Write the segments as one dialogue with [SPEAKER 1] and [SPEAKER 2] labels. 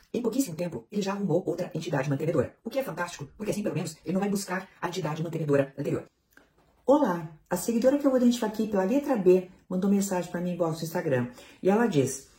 [SPEAKER 1] Em pouquíssimo tempo, ele já arrumou outra entidade mantenedora. O que é fantástico, porque assim, pelo menos, ele não vai buscar a entidade mantenedora anterior. Olá, a seguidora que eu vou identificar aqui pela letra B mandou mensagem para mim em box no Instagram. E ela diz: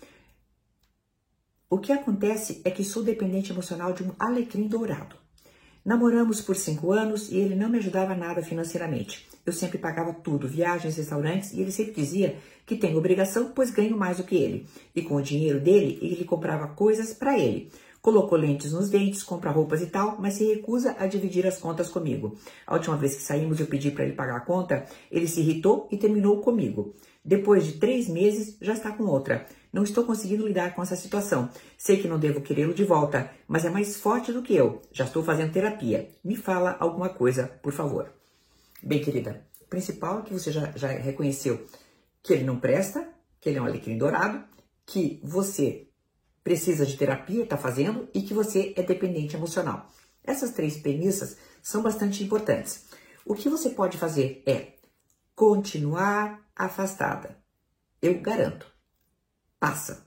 [SPEAKER 1] o que acontece é que sou dependente emocional de um alecrim dourado. Namoramos por 5 anos e ele não me ajudava nada financeiramente. Eu sempre pagava tudo, viagens, restaurantes, e ele sempre dizia que tenho obrigação, pois ganho mais do que ele. E com o dinheiro dele, ele comprava coisas para ele. Colocou lentes nos dentes, compra roupas e tal, mas se recusa a dividir as contas comigo. A última vez que saímos, eu pedi para ele pagar a conta, ele se irritou e terminou comigo. Depois de 3 meses, já está com outra. Não estou conseguindo lidar com essa situação. Sei que não devo querê-lo de volta, mas é mais forte do que eu. Já estou fazendo terapia. Me fala alguma coisa, por favor. Bem, querida, o principal é que você já reconheceu que ele não presta, que ele é um alecrim dourado, que você precisa de terapia, está fazendo, e que você é dependente emocional. Essas 3 premissas são bastante importantes. O que você pode fazer é continuar afastada. Eu garanto. Passa.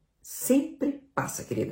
[SPEAKER 1] Sempre passa, querida.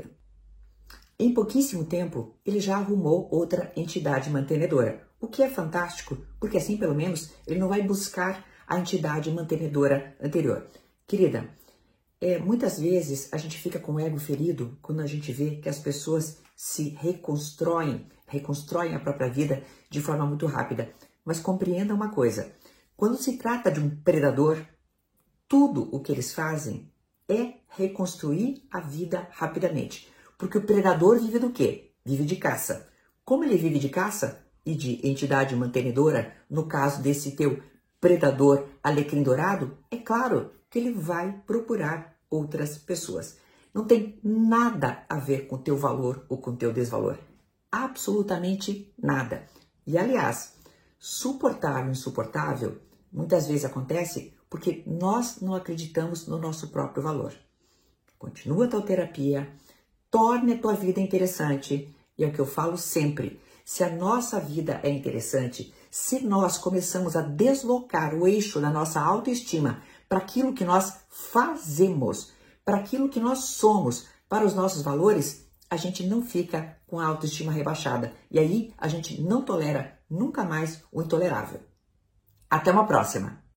[SPEAKER 1] Em pouquíssimo tempo, ele já arrumou outra entidade mantenedora. O que é fantástico, porque assim, pelo menos, ele não vai buscar a entidade mantenedora anterior. Querida, muitas vezes a gente fica com o ego ferido quando a gente vê que as pessoas se reconstroem a própria vida de forma muito rápida. Mas compreenda uma coisa, quando se trata de um predador, tudo o que eles fazem é reconstruir a vida rapidamente. Porque o predador vive do quê? Vive de caça. Como ele vive de caça e de entidade mantenedora, no caso desse teu predador alecrim dourado, é claro que ele vai procurar outras pessoas. Não tem nada a ver com o teu valor ou com o teu desvalor. Absolutamente nada. E, aliás, suportar o insuportável muitas vezes acontece porque nós não acreditamos no nosso próprio valor. Continua a tua terapia, torne a tua vida interessante. E é o que eu falo sempre. Se a nossa vida é interessante, se nós começamos a deslocar o eixo da nossa autoestima para aquilo que nós fazemos, para aquilo que nós somos, para os nossos valores, a gente não fica com a autoestima rebaixada. E aí a gente não tolera nunca mais o intolerável. Até uma próxima!